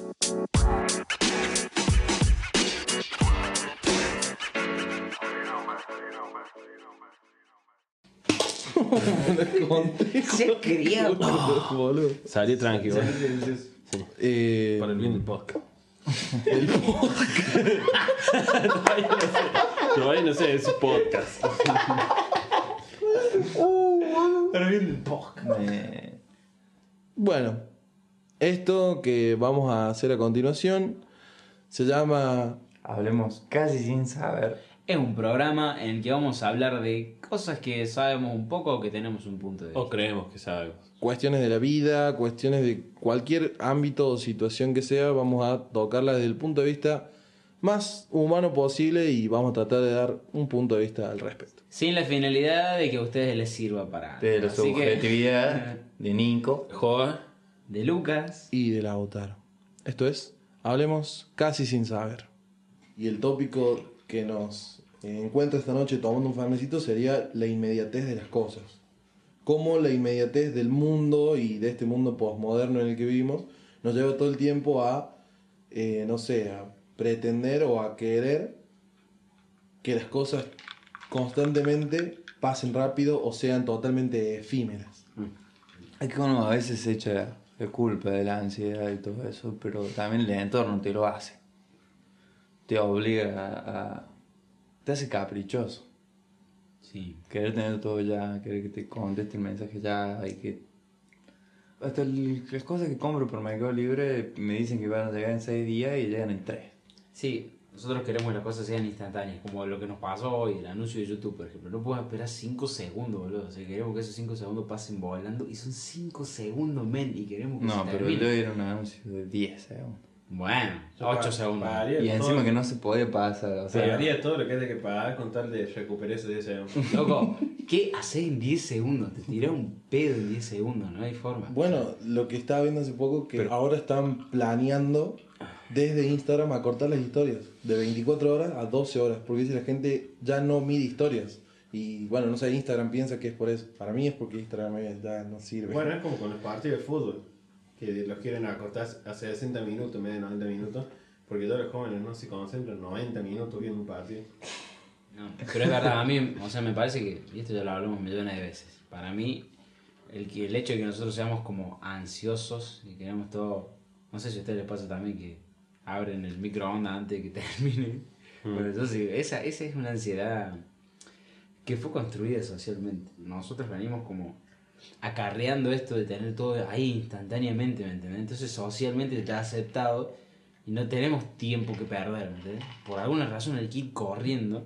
Se quería, boludo. Salí tranquilo. Para el bien del podcast. Todavía no sé, es podcast. Para el bien del podcast. Bueno, esto que vamos a hacer a continuación se llama... Hablemos casi sin saber. Es un programa en el que vamos a hablar de cosas que sabemos un poco o que tenemos un punto de vista. O creemos que sabemos. Cuestiones de la vida, cuestiones de cualquier ámbito o situación que sea, vamos a tocarla desde el punto de vista más humano posible y vamos a tratar de dar un punto de vista al respecto. Sin la finalidad de que a ustedes les sirva para algo. De la Así que, subjetividad de Nico. Joda. de Lucas. Y de Lautaro. Esto es, hablemos casi sin saber. Y el tópico que nos encuentra esta noche tomando un farmecito sería la inmediatez de las cosas. Cómo la inmediatez del mundo y de este mundo posmoderno en el que vivimos nos lleva todo el tiempo a, no sé, a pretender o a querer que las cosas constantemente pasen rápido o sean totalmente efímeras. Es que uno a veces se echa la culpa de la ansiedad y todo eso, pero también el entorno te lo hace. Te obliga te hace caprichoso. Sí. Querer tener todo ya, querer que te conteste el mensaje ya, y que... Hasta las cosas que compro por Mercado Libre me dicen que van a llegar en 6 días y llegan en 3. Sí, nosotros queremos que las cosas sean instantáneas, como lo que nos pasó hoy, el anuncio de YouTube, por ejemplo. No puedo esperar 5 segundos, boludo. O sea, queremos que esos 5 segundos pasen volando y son 5 segundos, men, y queremos que No, se pero termine. yo era un anuncio de 10 segundos. Bueno, 8 segundos. Y encima que no se puede pasar, o sea... Pagaría todo lo que hay que pagar con tal de recuperar ese deseo. Loco, ¿qué haces en 10 segundos? Te tiré un pedo en 10 segundos, no hay forma. Bueno, lo que estaba viendo hace poco que ahora están planeando desde Instagram acortar las historias de 24 horas a 12 horas, porque dice la gente ya no mide historias. Y bueno, no sé, Instagram piensa que es por eso. Para mí es porque Instagram ya no sirve. Bueno, es como con los partidos de fútbol, que los quieren acortar a 60 minutos en vez de 90 minutos, porque todos los jóvenes no se concentran 90 minutos viendo un partido. No, pero es verdad, a mí, o sea, me parece que, y esto ya lo hablamos millones de veces, para mí, el hecho de que nosotros seamos como ansiosos y queremos todo, no sé si a ustedes les pasa también que abren el microondas antes de que termine, pero entonces esa es una ansiedad que fue construida socialmente. Nosotros venimos como acarreando esto de tener todo ahí instantáneamente, ¿me entendés? Entonces socialmente está aceptado y no tenemos tiempo que perder, ¿me entendés? Por alguna razón el que ir corriendo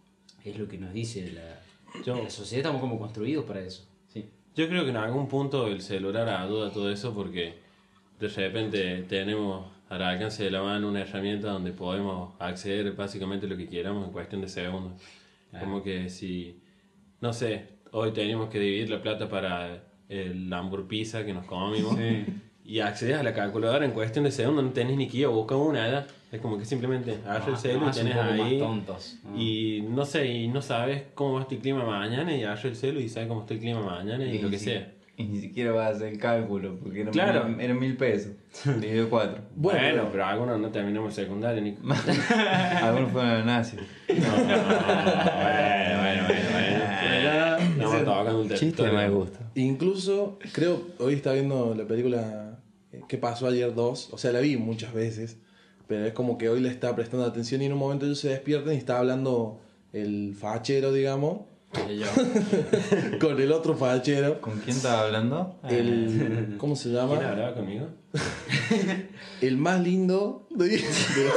es lo que nos dice la sociedad, estamos como construidos para eso. Sí. Yo creo que en algún punto el celular ayuda a todo eso porque de repente tenemos al alcance de la mano una herramienta donde podemos acceder básicamente a lo que queramos en cuestión de segundos. Como que si, no sé, hoy teníamos que dividir la plata para el hamburguesa que nos comimos y accedes a la calculadora en cuestión de segundos, no tenés ni que ir a buscar una, ¿verdad? Es como que simplemente agarras el celu y tenés ahí tontos, ¿no? y no sé, y no sabes cómo va a estar el clima mañana y agarras el celu y sabes cómo está el clima mañana y lo que sea. Y ni siquiera vas a hacer el cálculo, porque eran, Claro. eran 1.000 pesos. Dividido 4. Bueno, pero algunos no terminamos secundario ni... Algunos fueron a la nazi. Estamos tocando un Chiste territorio. me gusta. Incluso, creo, hoy estaba viendo la película ¿Qué pasó ayer 2? O sea, la vi muchas veces, pero es como que hoy le está prestando atención y en un momento ellos se despiertan y está hablando el fachero, digamos, con el otro fachero. ¿Con quién estaba hablando? El, ¿cómo se llama? ¿Quién hablaba conmigo? El más lindo de los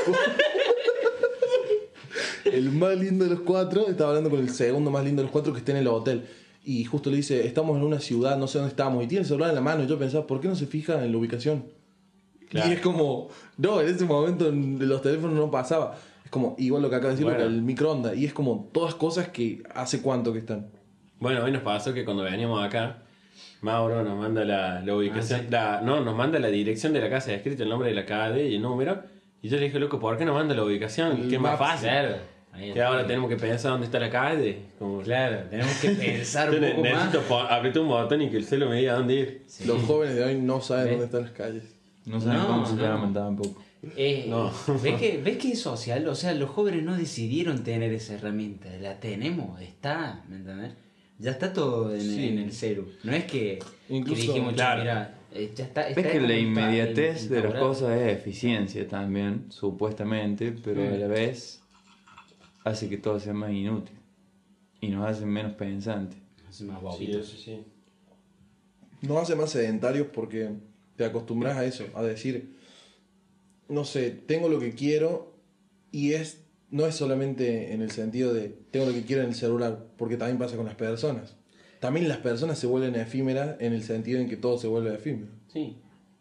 el más lindo de los 4 estaba hablando con el segundo más lindo de los 4 que está en el hotel. Y justo le dice, estamos en una ciudad, no sé dónde estamos. Y tiene el celular en la mano. Y yo pensaba, ¿por qué no se fija en la ubicación? Claro. Y es como, no, en ese momento en los teléfonos no pasaba. Es como, igual lo que acaba de decir, Bueno. el microondas. Y es como todas cosas que hace cuánto que están. Bueno, hoy nos pasó que cuando veníamos acá, Mauro nos manda la ubicación, nos manda la dirección de la casa, escrito el nombre de la calle y el número. Y yo le dije, loco, ¿por qué nos manda la ubicación? El Que es más Maps. fácil. Claro. Ahí Que ahora tenemos que pensar dónde está la calle. Como, Claro, tenemos que pensar un poco más. necesito apretar un botón y que el celo me diga dónde ir. Los jóvenes de hoy no saben ¿Ves? dónde están las calles. No saben No, cómo se no. llaman tampoco. No. ¿Ves que es social? O sea, los jóvenes no decidieron tener esa herramienta. La tenemos, está, ¿me entendés? Ya está todo Sí. en el celu. No es que Incluso, dijimos, "Che, claro. mira, ya está. Es está que como la está inmediatez de las instaurado". cosas es eficiencia también, supuestamente, pero a la vez hace que todo sea más inútil y nos hace menos pensantes. Hace más Sí, bobitos. eso sí. Nos hace más sedentarios porque te acostumbras a eso, a decir, no sé, tengo lo que quiero y no es solamente en el sentido de tengo lo que quiero en el celular, porque también pasa con las personas. También las personas se vuelven efímeras en el sentido en que todo se vuelve efímero. Sí.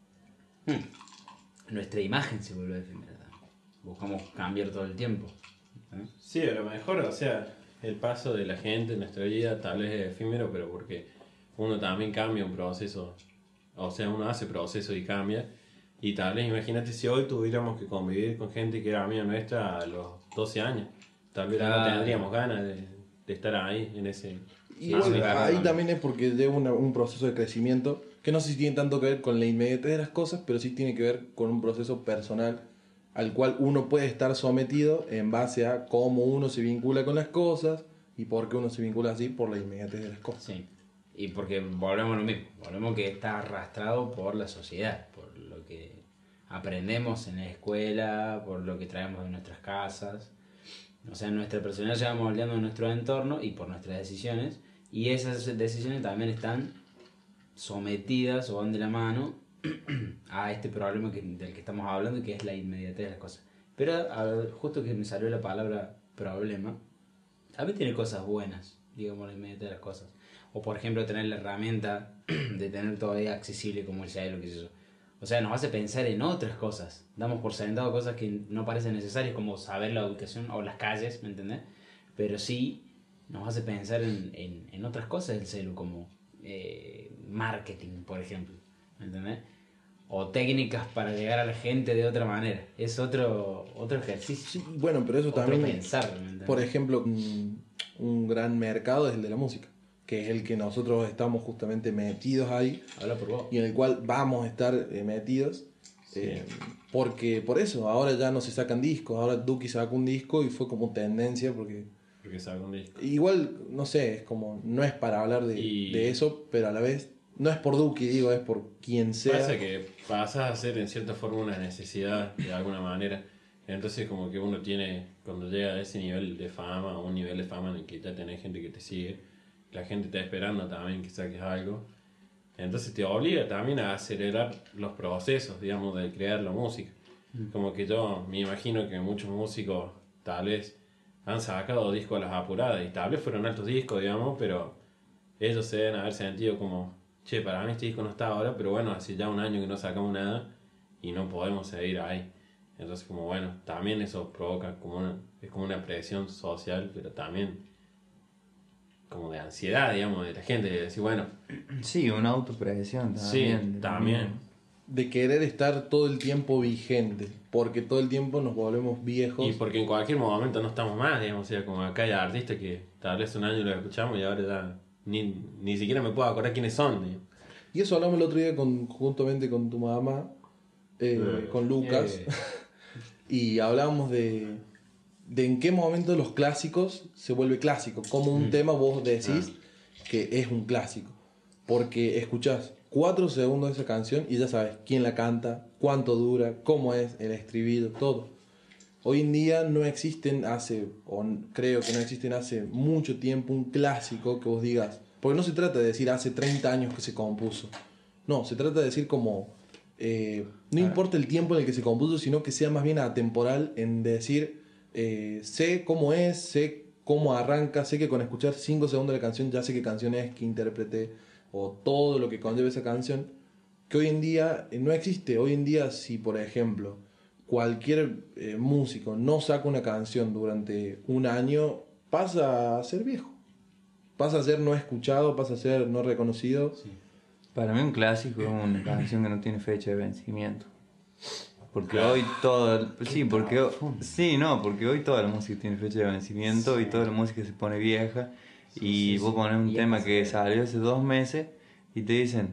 Nuestra imagen se vuelve efímera también. Buscamos cambiar todo el tiempo. ¿eh? Sí, a lo mejor, o sea, el paso de la gente en nuestra vida tal vez es efímero, pero porque uno también cambia un proceso. O sea, uno hace proceso y cambia. Y tal vez, imagínate si hoy tuviéramos que convivir con gente que era amiga nuestra a los 12 años. Tal vez no Claro. tendríamos ganas de estar ahí, en ese... Y Sí, bueno, sí, ahí claro. también es porque lleva un proceso de crecimiento que no sé si tiene tanto que ver con la inmediatez de las cosas, pero sí tiene que ver con un proceso personal al cual uno puede estar sometido en base a cómo uno se vincula con las cosas y por qué uno se vincula así por la inmediatez de las cosas. Sí. Y porque volvemos a lo mismo. Volvemos que está arrastrado por la sociedad, por lo que aprendemos en la escuela, por lo que traemos de nuestras casas. O sea, nuestra personalidad se va moldeando en nuestro entorno y por nuestras decisiones. Y esas decisiones también están sometidas o van de la mano a este problema del que estamos hablando, que es la inmediatez de las cosas. Pero justo que me salió la palabra problema, también tiene cosas buenas, digamos, la inmediatez de las cosas. O por ejemplo, tener la herramienta de tener todo ahí accesible como el cielo, qué sé yo. O sea, nos hace pensar en otras cosas. Damos por sentado cosas que no parecen necesarias, como saber la ubicación o las calles, ¿me entendés? Pero sí nos hace pensar en otras cosas del celu, como marketing, por ejemplo, ¿me entendés? O técnicas para llegar a la gente de otra manera. Es otro ejercicio. Sí, bueno, pero eso Otro también, pensar, ¿me entendés? por ejemplo, un gran mercado es el de la música, que es el que nosotros estamos justamente metidos ahí Habla por vos. y en el cual vamos a estar metidos. Porque por eso, ahora ya no se sacan discos, ahora Duki sacó un disco y fue como tendencia porque Porque saca un disco. igual, no sé, es como, no es para hablar Y- de eso, pero a la vez, no es por Duki, digo, es por quien sea. Pasa que pasas a ser en cierta forma una necesidad de alguna manera. Entonces como que uno tiene, cuando llega a ese nivel de fama, o un nivel de fama en el que ya tenés gente que te sigue, la gente está esperando también que saques algo. Entonces te obliga también a acelerar los procesos, digamos, de crear la música. Como que yo me imagino que muchos músicos tal vez han sacado discos a las apuradas y tal vez fueron altos discos, digamos, pero ellos se deben haber sentido como, che, para mí este disco no está ahora, pero bueno, hace ya un año que no sacamos nada y no podemos seguir ahí. Entonces como bueno, también eso provoca es como una presión social, pero también como de ansiedad, digamos, de la gente, de decir, bueno, Sí, una autopresión sí, también. también. De querer estar todo el tiempo vigente, porque todo el tiempo nos volvemos viejos. Y porque en cualquier momento no estamos más, digamos, o sea, como acá hay artistas que tal vez un año los escuchamos y ahora ya ni siquiera me puedo acordar quiénes son, digamos. Y eso hablamos el otro día juntamente con tu mamá, con Lucas, y hablábamos de en qué momento los clásicos se vuelve clásico, como un tema vos decís que es un clásico, porque escuchás 4 segundos de esa canción y ya sabes quién la canta, cuánto dura, cómo es, el estribillo, todo. Hoy en día no existen creo que no existen hace mucho tiempo un clásico que vos digas, porque no se trata de decir hace 30 años que se compuso, no, se trata de decir como, no importa el tiempo en el que se compuso, sino que sea más bien atemporal en decir, sé cómo es, sé cómo arranca, sé que con escuchar 5 segundos de la canción ya sé qué canción es, qué intérprete, o todo lo que conlleva esa canción, que hoy en día no existe. Hoy en día, si por ejemplo cualquier músico no saca una canción durante un año, pasa a ser viejo, pasa a ser no escuchado, pasa a ser no reconocido. Para mí un clásico es una canción que no tiene fecha de vencimiento. Porque hoy todo... Sí, porque hoy toda la música tiene fecha de vencimiento y toda la música se pone vieja. Y vos pones un tema que salió hace 2 meses y te dicen,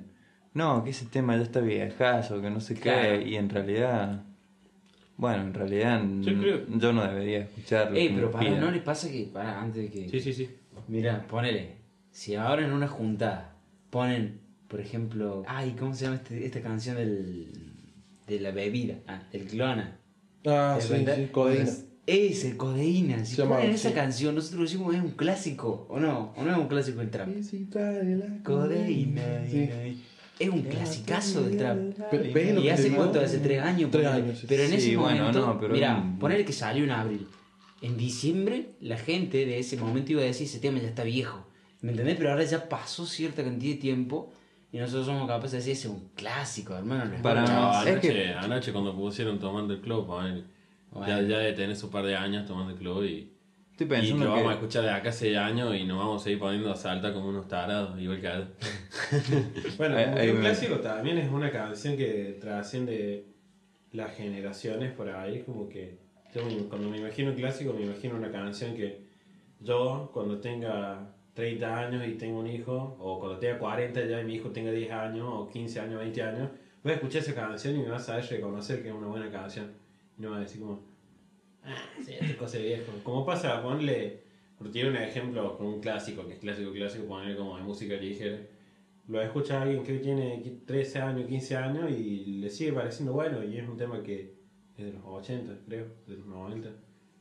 no, que ese tema ya está viejazo, que no sé Claro. qué, y en realidad, bueno, en realidad yo no debería escucharlo. que Pero me para, pidan. ¿no les pasa que, para, antes de que... Sí, sí, sí. Mira, ponele, si ahora en una juntada ponen, por ejemplo, ay, ¿cómo se llama esta canción de la bebida? Ah, el Clona. Ah, ¿Te das sí, cuenta? sí, codeína. Ese, codeína. Si Se llama, ponen esa sí. canción, nosotros decimos es un clásico, ¿o no? ¿O no es un clásico del trap? Y si trae la Codeína. Sí. Es un clasicazo del trap. ¿Ves lo ¿Y que hace te cuánto? digo? Hace 3 años. 3 ponele. años, sí. Pero en ese Sí, bueno, momento, no, pero mira, en- poner que salió en abril. En diciembre, la gente de ese momento iba a decir, ese tema ya está viejo. ¿Me entendés? Pero ahora ya pasó cierta cantidad de tiempo y nosotros somos capaces de decir, ese es un clásico, hermano. lo Para- escuchamos". es anoche, que- anoche cuando pusieron Tomando el Club, ponele. Bueno. Ya de tener su par de años tomando el club y Estoy lo pensando vamos a que... escuchar de acá 6 años y nos vamos a seguir poniendo a salta como unos tarados, igual que a él. Bueno, Ahí- como ahí que un me- clásico también es una canción que trasciende las generaciones por ahí, como que cuando me imagino un clásico me imagino una canción que yo cuando tenga 30 años y tengo un hijo, o cuando tenga 40 ya y mi hijo tenga 10 años, o 15 años, 20 años, voy a escuchar esa canción y me vas a saber reconocer que es una buena canción. Y no va a decir como, sí, esta cosa de viejo. Como pasa, ponle, por tirar un ejemplo con un clásico, que es clásico, ponerle como de música ligera. Lo escucha alguien que tiene 13 años, 15 años y le sigue pareciendo bueno, y es un tema que es de los 80, creo, de los 90.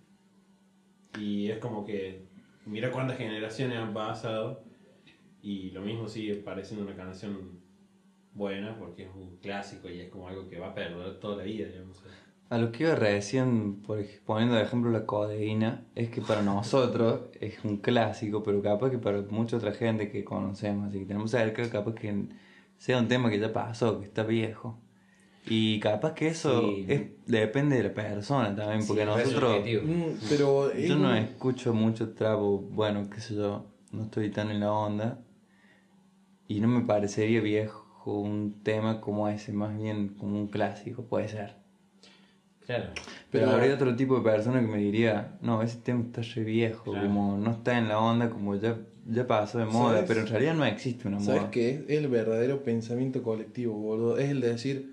Y es como que, mira cuántas generaciones han pasado, y lo mismo sigue pareciendo una canción buena, porque es un clásico y es como algo que va a perdurar toda la vida, digamos. A lo que iba recién, poniendo de ejemplo la codeína, es que para nosotros es un clásico, pero capaz que para mucha otra gente que conocemos y que tenemos cerca, capaz que sea un tema que ya pasó, que está viejo. Y capaz que eso Sí. depende de la persona también, porque Sí, es nosotros... subjetivo. Pero Yo no escucho mucho trap, o bueno, qué sé yo, no estoy tan en la onda. Y no me parecería viejo un tema como ese, más bien como un clásico, puede ser. Claro. Pero habría otro tipo de persona que me diría, no, ese tema está re viejo, Claro. como no está en la onda, como ya pasó de moda, ¿Sabes? pero en realidad no existe una ¿Sabes moda. qué es? El verdadero pensamiento colectivo, boludo. Es el de decir,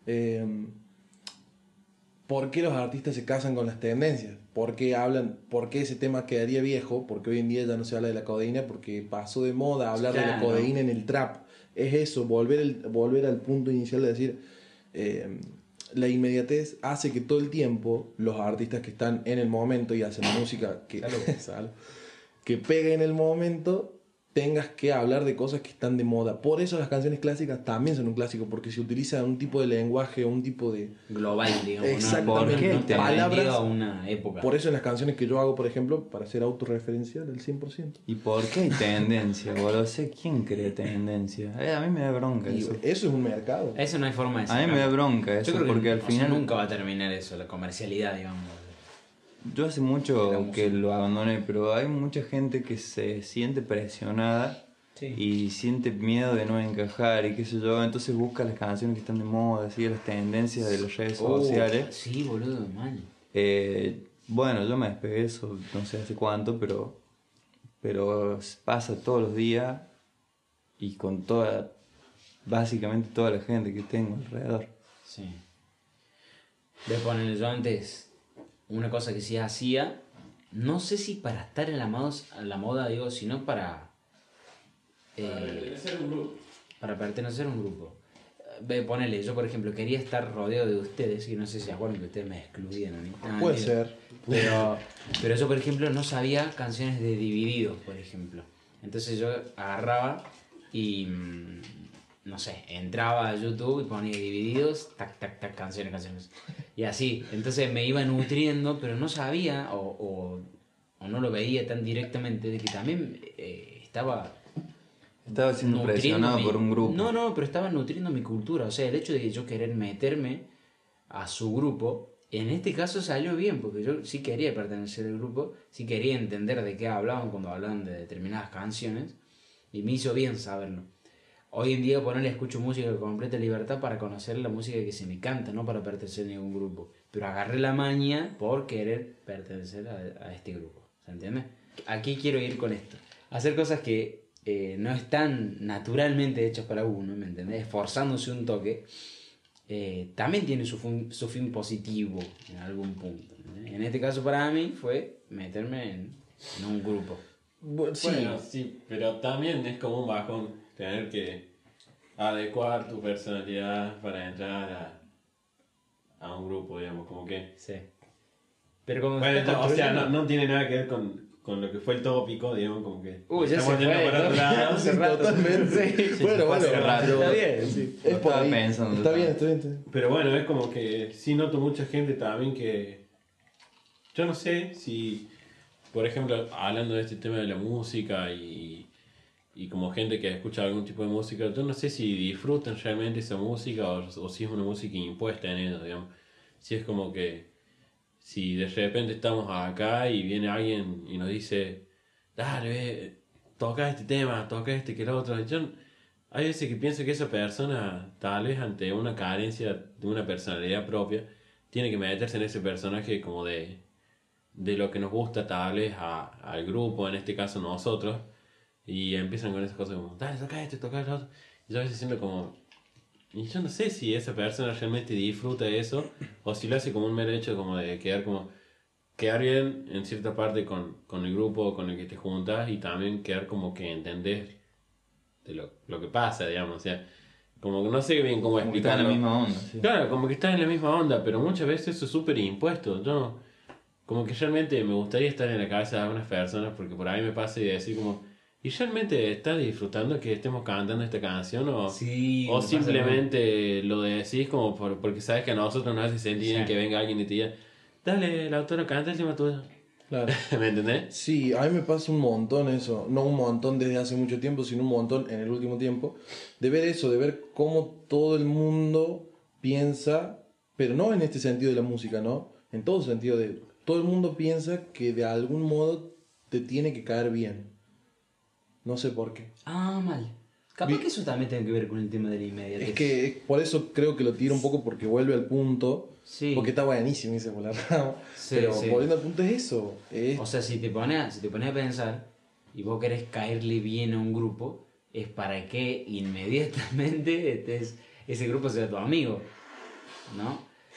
¿por qué los artistas se casan con las tendencias? ¿Por qué ese tema quedaría viejo? Porque hoy en día ya no se habla de la codeína, porque pasó de moda hablar de la Claro. codeína en el trap. Es eso, volver al punto inicial de decir, la inmediatez hace que todo el tiempo los artistas que están en el momento y hacen música que, Salud. Que pegue en el momento, tengas que hablar de cosas que están de moda. Por eso las canciones clásicas también son un clásico, porque se utiliza un tipo de lenguaje, un tipo de... Global, digamos. Exactamente. ¿No? No está Palabras- vendido a una época. Por eso en las canciones que yo hago, por ejemplo, para ser autorreferencial al 100%. ¿Y por qué hay tendencia, boludo? Sé quién crea tendencia. A mí me da bronca Y eso. eso es un mercado. Eso no hay forma de A mí me da bronca eso, Yo creo que porque al o sea, final... nunca va a terminar eso, la comercialidad, digamos. Yo hace La mucho música. que lo abandoné, pero hay mucha gente que se siente presionada Sí. y siente miedo de no encajar y qué sé yo, entonces busca las canciones que están de moda, sigue las tendencias de las redes sociales. Sí, boludo, mal. Bueno, yo me despegué de eso, no sé hace cuánto, pero pasa todos los días y con básicamente toda la gente que tengo alrededor. Sí. De ponerle yo antes, una cosa que sí hacía, no sé si para estar en la moda, digo, sino para pertenecer a un grupo. Ponele, yo por ejemplo quería estar rodeado de ustedes, y no sé si se acuerdan que ustedes me excluían a mí. Ah, Puede mentira. ser. Pero yo por ejemplo no sabía canciones de Divididos, por ejemplo. Entonces yo agarraba y no sé, entraba a YouTube y ponía Divididos, tac, tac, tac, canciones. Y así, entonces me iba nutriendo, pero no sabía o no lo veía tan directamente de que también estaba Estaba siendo nutriendo presionado por un grupo. No, pero estaba nutriendo mi cultura. O sea, el hecho de que yo querer meterme a su grupo, en este caso salió bien, porque yo sí quería pertenecer al grupo, sí quería entender de qué hablaban cuando hablaban de determinadas canciones, y me hizo bien saberlo. Hoy en día ponerle escucho música con completa libertad para conocer la música que se me canta, no para pertenecer a ningún grupo. Pero agarré la maña por querer pertenecer a este grupo. ¿Se entiende? Aquí quiero ir con esto. Hacer cosas que no están naturalmente hechos para uno, ¿me entendés? Esforzándose un toque, también tiene su fin positivo en algún punto. ¿Entendés? En este caso para mí fue meterme en un grupo. Sí, Bueno, sí, pero también es como un bajón tener que adecuar tu personalidad para entrar a un grupo, digamos, como que... Sí. Pero como Bueno, está o sea, construyendo- no tiene nada que ver con lo que fue el tópico, digamos, como que... Ya estamos se yendo fue, por otro ¿no? lado. Hace rato. totalmente. Sí, bueno, hace rato. pero Está bien, sí. es Lo por estaba ahí. pensando Está yo bien, también. está bien. Pero bueno, es como que sí noto mucha gente también que... Yo no sé si, por ejemplo, hablando de este tema de la música y como gente que escucha algún tipo de música, yo no sé si disfrutan realmente esa música o si es una música impuesta en ellos, digamos. Si es como que si de repente estamos acá y viene alguien y nos dice, dale, toca este tema, toca este que el otro. Hay veces que pienso que esa persona, tal vez ante una carencia de una personalidad propia, tiene que meterse en ese personaje como de lo que nos gusta tal vez al grupo, en este caso nosotros, y empiezan con esas cosas como, dale, toca esto, toca lo otro. Y yo a veces siento como, y yo no sé si esa persona realmente disfruta de eso, o si lo hace como un mero hecho como de quedar bien en cierta parte con el grupo con el que te juntas y también quedar como que entendés de lo que pasa, digamos, o sea, como que no sé bien cómo Como que está en explicarlo. la misma onda, sí. Claro, como que estás en la misma onda, pero muchas veces eso es súper impuesto. Yo, como que realmente me gustaría estar en la cabeza de algunas personas porque por ahí me pasa y decir como, ¿y realmente estás disfrutando que estemos cantando esta canción Sí, o me pasa simplemente lo decís como porque sabes que a nosotros nos hace sentir bien Sí. que venga alguien y te diga, dale, la autora canta encima tuyo? Claro. ¿Me entendés? Sí, a mí me pasa un montón eso, no un montón desde hace mucho tiempo, sino un montón en el último tiempo, de ver eso, de ver cómo todo el mundo piensa, pero no en este sentido de la música, ¿no? En todo sentido de, todo el mundo piensa que de algún modo te tiene que caer bien. No sé por qué. Ah, mal. Capaz que eso también tiene que ver con el tema de la inmediatez. Es que por eso creo que lo tiro un poco porque vuelve al punto, Sí. porque está buenísimo ese por la rama, Sí, pero sí. volviendo al punto es eso, es O sea, si te pones a pensar y vos querés caerle bien a un grupo, es para que inmediatamente ese grupo sea tu amigo, ¿no?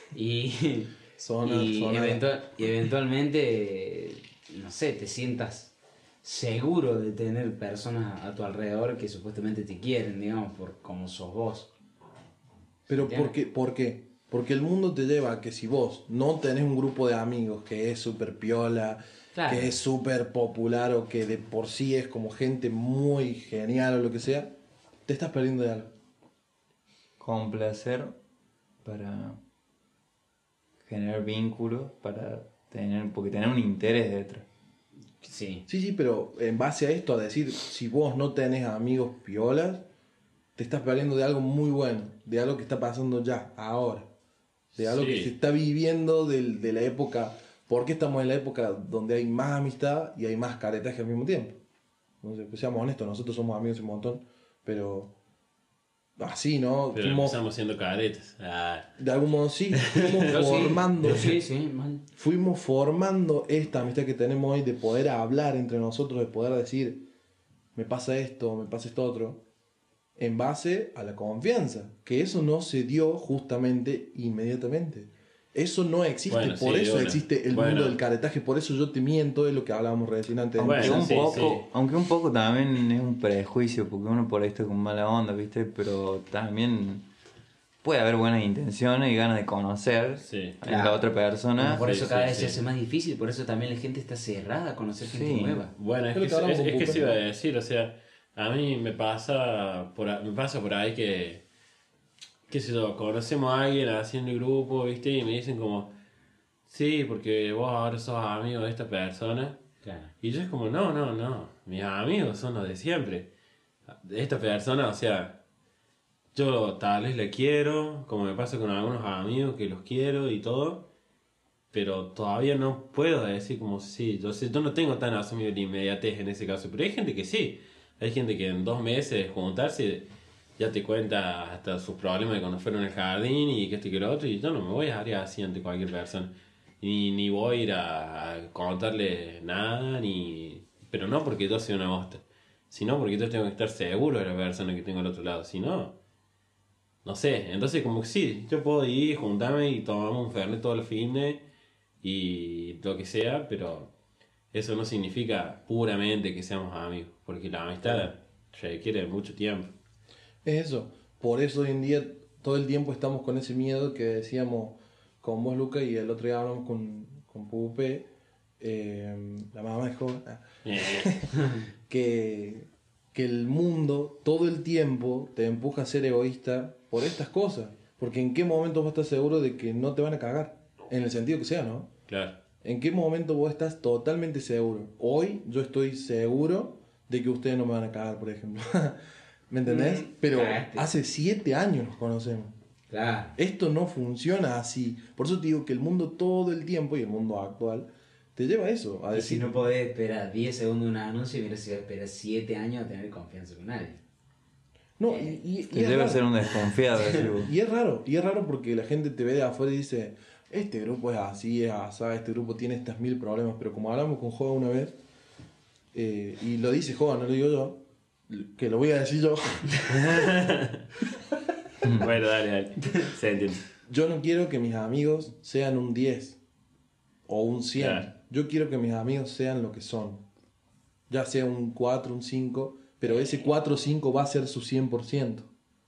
Y, Sonar. y eventualmente, no sé, te sientas seguro de tener personas a tu alrededor que supuestamente te quieren, digamos, por como sos vos. Pero ¿Entiendes? ¿por qué? Porque el mundo te lleva a que si vos no tenés un grupo de amigos que es súper piola, Claro. que es súper popular o que de por sí es como gente muy genial o lo que sea, te estás perdiendo de algo. Complacer para generar vínculos, porque tener un interés detrás. Sí. Sí, sí, pero en base a esto, a decir, si vos no tenés amigos piolas, te estás perdiendo de algo muy bueno, de algo que está pasando ya, ahora, de algo que Sí. se está viviendo de la época, porque estamos en la época donde hay más amistad y hay más caretaje al mismo tiempo. Entonces, pues seamos honestos, nosotros somos amigos un montón, pero así, ¿no? Pero empezamos siendo caretas. De algún modo sí, fuimos Yo sí, formando. yo sí, mal. Fuimos formando esta amistad que tenemos hoy de poder hablar entre nosotros, de poder decir, me pasa esto, me pasa esto otro, en base a la confianza, que eso no se dio justamente inmediatamente. Eso no existe, Bueno, por sí, eso bueno. existe el Bueno. mundo del caretaje, por eso yo te miento, es lo que hablábamos recién antes. de Bueno, empezar. Aunque un poco también es un prejuicio, porque uno por ahí está con mala onda, ¿viste? Pero también puede haber buenas intenciones y ganas de conocer Sí. a la otra persona. Bueno, por Sí, eso cada sí, vez sí. se hace más difícil, por eso también la gente está cerrada a conocer gente Sí. nueva. Bueno, es Es lo que, que hablamos con es que Pupa, se iba a ¿no? decir, o sea, a mí me pasa por ahí que, qué sé yo, conocemos a alguien haciendo el grupo, ¿viste? Y me dicen como, sí, porque vos ahora sos amigo de esta persona. Claro. Y yo es como, no, mis amigos son los de siempre. De esta persona, o sea, yo tal vez le quiero, como me pasa con algunos amigos que los quiero y todo, pero todavía no puedo decir como sí, yo no tengo tan asumido la inmediatez en ese caso, pero hay gente que sí, hay gente que en 2 meses juntarse ya te cuenta hasta sus problemas de cuando fueron al jardín y que esto y que lo otro, y yo no me voy a dar así ante cualquier persona, ni voy a ir a contarle nada, pero no porque yo soy una bosta, sino porque yo tengo que estar seguro de la persona que tengo al otro lado. Si no, no sé. Entonces, como que sí, yo puedo ir, juntarme y tomamos un fernet todos los fines y lo que sea, pero eso no significa puramente que seamos amigos, porque la amistad requiere mucho tiempo. Es eso. Por eso hoy en día todo el tiempo estamos con ese miedo que decíamos con vos, Luca, y el otro día hablamos con Pupe, la mamá de joven, que el mundo todo el tiempo te empuja a ser egoísta por estas cosas. Porque en qué momento vos estás seguro de que no te van a cagar, en el sentido que sea, ¿no? Claro. ¿En qué momento vos estás totalmente seguro? Hoy yo estoy seguro de que ustedes no me van a cagar, por ejemplo. ¿Me entendés? Pero cagaste. hace 7 años nos conocemos. Claro. Esto no funciona así. Por eso te digo que el mundo todo el tiempo, y el mundo actual, te lleva a eso. A Y decir, si no podés esperar 10 segundos de un anuncio, mira si vas a esperar 7 años a tener confianza con alguien. no, y Que es debe raro. ser un desconfiado. decís vos. Y es raro porque la gente te ve de afuera y dice, este grupo es así, es asá, este grupo tiene estas 1000 problemas. Pero como hablamos con Joa una vez, y lo dice Joa, no lo digo yo, que lo voy a decir yo. Bueno, dale. Se entiende. Yo no quiero que mis amigos sean un 10 o un 100. Claro. Yo quiero que mis amigos sean lo que son. Ya sea un 4, un 5, pero ese 4 o 5 va a ser su 100%.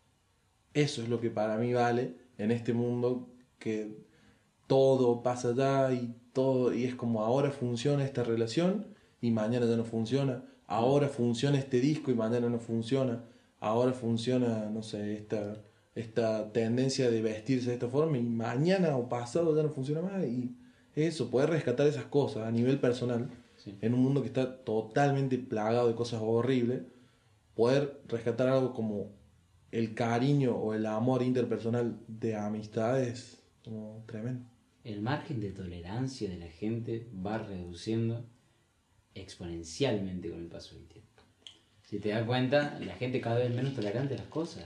Eso es lo que para mí vale en este mundo que todo pasa allá y es como ahora funciona esta relación y mañana ya no funciona. Ahora funciona este disco y mañana no funciona. Ahora funciona, no sé, esta tendencia de vestirse de esta forma y mañana o pasado ya no funciona más. Y eso, poder rescatar esas cosas a nivel personal, Sí. en un mundo que está totalmente plagado de cosas horribles, poder rescatar algo como el cariño o el amor interpersonal de amistades, como tremendo. El margen de tolerancia de la gente va reduciendo exponencialmente con el paso del tiempo. Si te das cuenta, la gente cada vez menos tolerante a las cosas.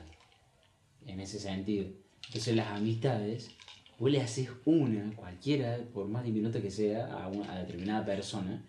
En ese sentido. Entonces las amistades, vos le haces una, cualquiera, por más diminuta que sea, a determinada persona,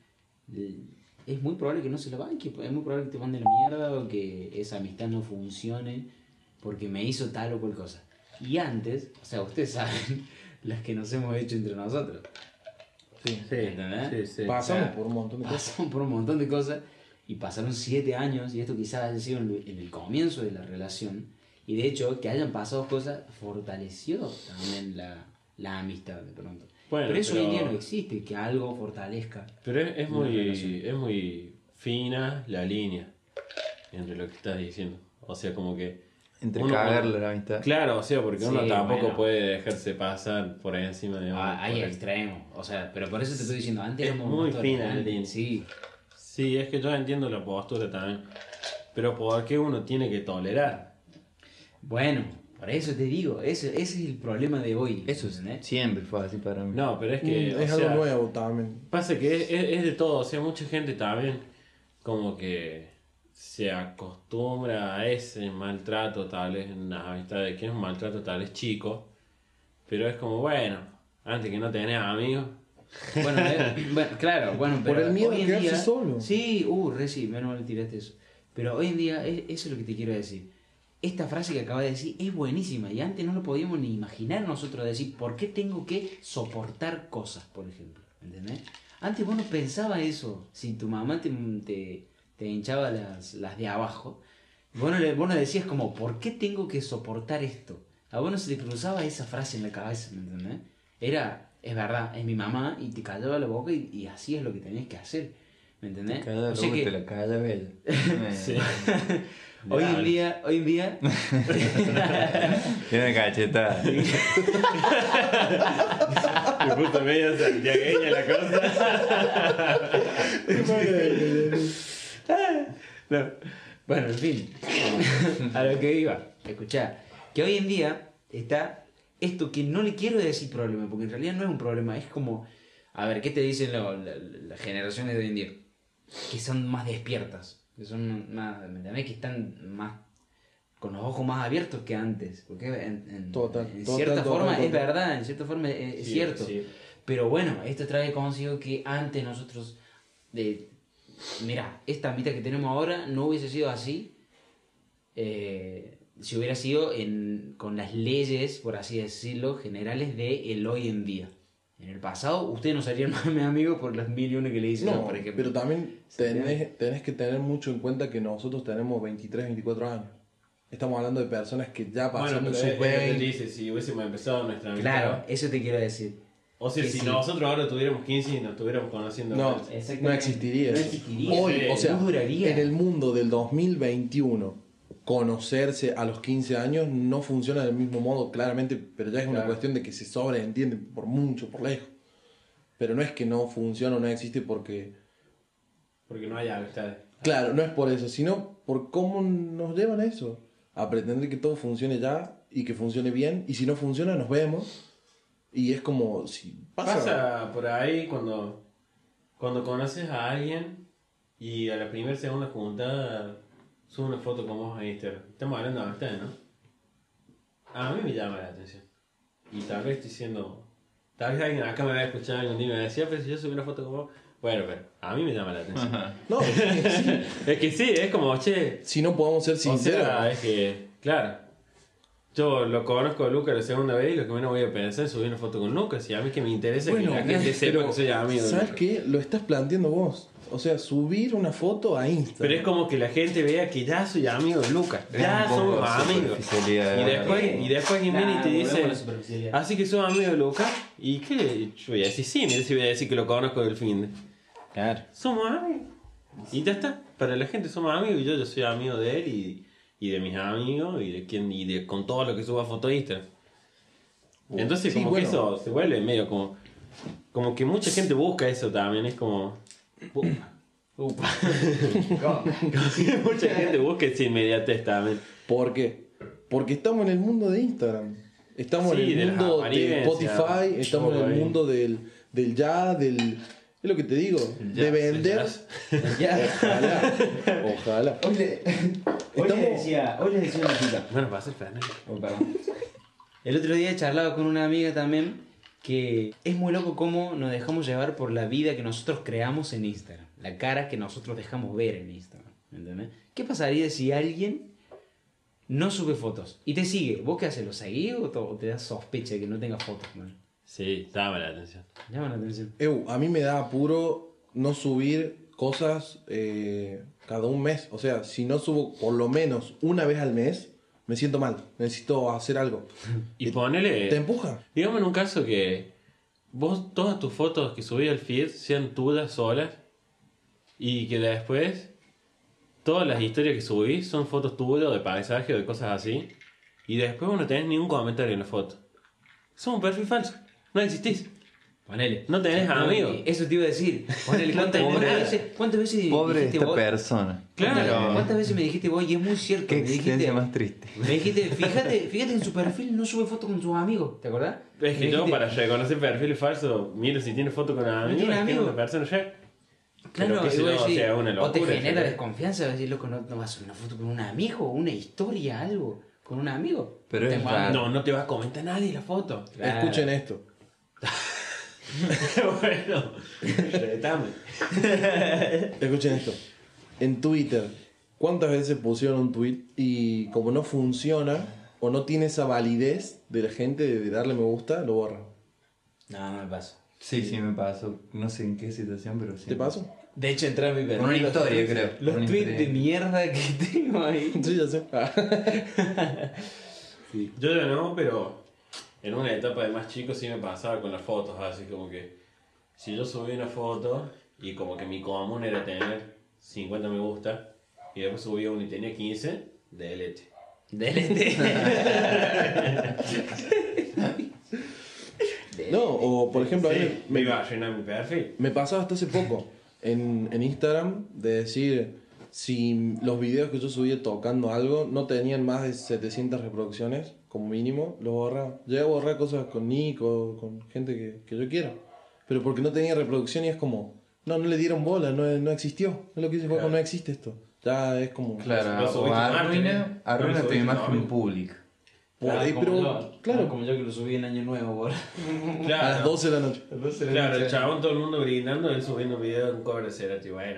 es muy probable que no se la banque, es muy probable que te mande la mierda o que esa amistad no funcione porque me hizo tal o cual cosa. Y antes, o sea, ustedes saben las que nos hemos hecho entre nosotros. Sí. ¿Entendés? Sí. Pasamos O sea, por un montón de cosas. Pasaron por un montón de cosas y pasaron 7 años y esto quizás haya sido en el comienzo de la relación y de hecho que hayan pasado cosas fortaleció también la amistad de pronto. Bueno, pero eso hoy en pero- día no existe, que algo fortalezca. Pero es una relación. muy fina la línea entre lo que estás diciendo. O sea, como que... Entre uno- cagarle la amistad. Claro, o sea, porque uno Sí, tampoco bueno. puede dejarse pasar por encima de uno. Hay por extremos, o sea, pero por eso te estoy diciendo, antes Es éramos muy más fina la tolerantes. línea. Sí, Sí, es que yo entiendo la postura también. Pero ¿por qué uno tiene que tolerar? bueno, por eso te digo, ese es el problema de hoy. Eso ¿entendés? siempre fue así para mí. No, pero es que... Es o algo sea, nuevo también. Pasa que es de todo, o sea, mucha gente también como que se acostumbra a ese maltrato tal vez en las amistades, que es un maltrato tal vez chico, pero es como, bueno, antes que no tenés amigos, Bueno, claro, bueno, Por pero el miedo hoy a en quedarse día, solo. Sí, sí, menos mal tiraste eso. Pero hoy en día, eso es lo que te quiero decir. Esta frase que acabas de decir es buenísima y antes no lo podíamos ni imaginar nosotros decir, ¿por qué tengo que soportar cosas, por ejemplo? ¿Entendés? Antes vos no pensabas eso. Si tu mamá te hinchaba las de abajo, vos no decías como, ¿por qué tengo que soportar esto? A vos no se te cruzaba esa frase en la cabeza, ¿me entendés? Es verdad, es mi mamá y te callaba la boca y así es lo que tenías que hacer, ¿me entendés? Cada O sea loco que te la calla bella. sí. hoy en día, Tiene cachetada. Me puso medio santiagueña la cosa. no. Bueno, en fin, a lo que iba, escuchá, que hoy en día está esto que no le quiero decir problema, porque en realidad no es un problema, es como, a ver, ¿qué te dicen las generaciones de hoy en día? Que son más despiertas, que son más, ¿me entendés? Que están más, con los ojos más abiertos que antes, porque en cierta forma es verdad, en cierta forma es Sí, cierto, sí. pero bueno, esto trae consigo que antes nosotros mira, esta amistad que tenemos ahora no hubiese sido así si hubiera sido con las leyes, por así decirlo, generales de el hoy en día. En el pasado, ustedes no serían más mis amigos por las 1000 y una que le hice yo, No, por ejemplo. pero también tenés que tener mucho en cuenta que nosotros tenemos 23, 24 años. Estamos hablando de personas que ya Bueno, pasaron pero sus es lo que 20. dice, si hubiésemos empezado nuestra amistad. Claro, eso te quiero decir. O sea, que si sí. nosotros ahora tuviéramos 15 y nos estuviéramos conociendo. No, antes. Exactamente. no existiría No eso. existiría. Hoy, o sea, No duraría. en el mundo del 2021, conocerse a los 15 años no funciona del mismo modo, claramente, pero ya es una Claro. cuestión de que se sobreentiende por mucho, por lejos. Pero no es que no funciona o no existe porque... Porque no hay amistades. Claro, no es por eso, sino por cómo nos llevan a eso. A pretender que todo funcione ya y que funcione bien, y si no funciona nos vemos. Y es como si Pasa por ahí cuando conoces a alguien y a la primera segunda juntada sube una foto con vos a Instagram. Estamos hablando de amistades, ¿no? A mí me llama la atención. Y tal vez estoy siendo... Tal vez alguien acá me va a escuchar algún día y me decía, pero si yo subí una foto con vos... Bueno, pero a mí me llama la atención. No, es que sí. Es que sí, es como, che... Si no podemos ser O sinceros. sea, es que, claro. Yo lo conozco a Lucas la segunda vez y lo que menos voy a pensar es subir una foto con Lucas. Y a mí que me interesa Bueno, que la gente sepa pero, que soy amigo de ¿sabes Lucas. qué? Lo estás planteando vos. O sea, subir una foto a Instagram. Pero es como que la gente vea que ya soy amigo de Lucas. Ya Es un poco somos amigos. superficialidad, Y después quien viene y te Volvemos a la dice, superficialidad. así que sos amigo de Lucas. ¿Y qué? Yo voy a decir, sí, mira si voy a decir que lo conozco del fin. Claro. Somos amigos. Y ya está. Para la gente somos amigos y yo soy amigo de él y de mis amigos con todo lo que suba a foto a Instagram. Entonces Sí, como bueno. que eso se vuelve medio como que mucha gente busca eso también, es como... Upa. Mucha gente busca esa inmediatez también. ¿Por qué? Porque estamos en el mundo de Instagram. Estamos Sí, en de el las mundo de apariencias. Spotify. Estamos en el Ahí. mundo del ya, del... Es lo que te digo. De vender. Ojalá. Ojalá. Hoy le Estamos- decía una chica. Bueno, va a ser Fernet. Oh, perdón. El otro día charlaba con una amiga también que es muy loco cómo nos dejamos llevar por la vida que nosotros creamos en Instagram. La cara que nosotros dejamos ver en Instagram. ¿Entendés? ¿Qué pasaría si alguien no sube fotos y te sigue? ¿Vos qué haces? ¿Lo seguís o te das sospecha de que no tenga fotos? Man? Sí, llama la atención. Llama la atención. A mí me da apuro no subir cosas cada un mes. O sea, si no subo por lo menos una vez al mes, me siento mal. Necesito hacer algo. Y ponele... ¿Te empuja? Digamos en un caso que vos todas tus fotos que subís al feed sean tuyas solas y que después todas las historias que subís son fotos tuyas de paisaje o de cosas así y después vos no tenés ningún comentario en la foto. Sos un perfil falso. No existís. Ponele. No tenés amigos. Eso te iba a decir. Ponele, ¿cuántas veces Pobre dijiste esta vos? persona. Claro. ¿Cuántas veces me dijiste vos? Y es muy cierto. Qué me dijiste, existencia más triste. me dijiste, fíjate en su perfil, no sube fotos con sus amigos, ¿te acordás? Es que Me yo dijiste, para reconocer perfiles falsos, miro si tiene foto con amigos, tiene es que amigos. una persona ya. Claro, Pero qué sé y vos yo, o decís, sea, una o te locura, genera ¿sí? desconfianza, vas a decir, loco, no vas a subir una foto con un amigo, una historia, algo, con un amigo. Pero es Tengo raro. amigos. No te va a comentar nadie la foto. Claro. Escuchen esto. Bueno, retame. Escuchen esto. En Twitter, ¿cuántas veces pusieron un tweet y como no funciona o no tiene esa validez de la gente de darle me gusta, lo borran? No me pasa. Sí, sí me pasó. No sé en qué situación, pero sí. ¿Te pasó? De hecho, entré a mi perfil. Con una los historia, tweets- creo. Los Una tweets de historia. mierda que tengo ahí. Sí, ya sé. Yo ya no, pero en una etapa de más chico sí me pasaba con las fotos, así como que si yo subí una foto y como que mi común era tener 50 me gusta y después subía uno y tenía 15, delete. Delete. No, o por ejemplo, a mí Sí, me me, iba a llenar mi perfil. me pasaba hasta hace poco en Instagram de decir si los videos que yo subía tocando algo no tenían más de 700 reproducciones, como mínimo, los borraba. Llegué a borrar cosas con Nico, con gente que yo quiero. Pero porque no tenía reproducción y es como, no le dieron bola, no existió. No lo que dice Juanjo, no existe esto. Ya es como... Claro, Lo subiste o Martín, arruina lo tu subiste imagen Martín. pública. Por ahí, pero... Claro, Como yo que lo subí en Año Nuevo, por. a las Claro, 12 de la noche. claro, el chabón todo el mundo brindando, él subiendo un video de un cover de Cerati, bueno.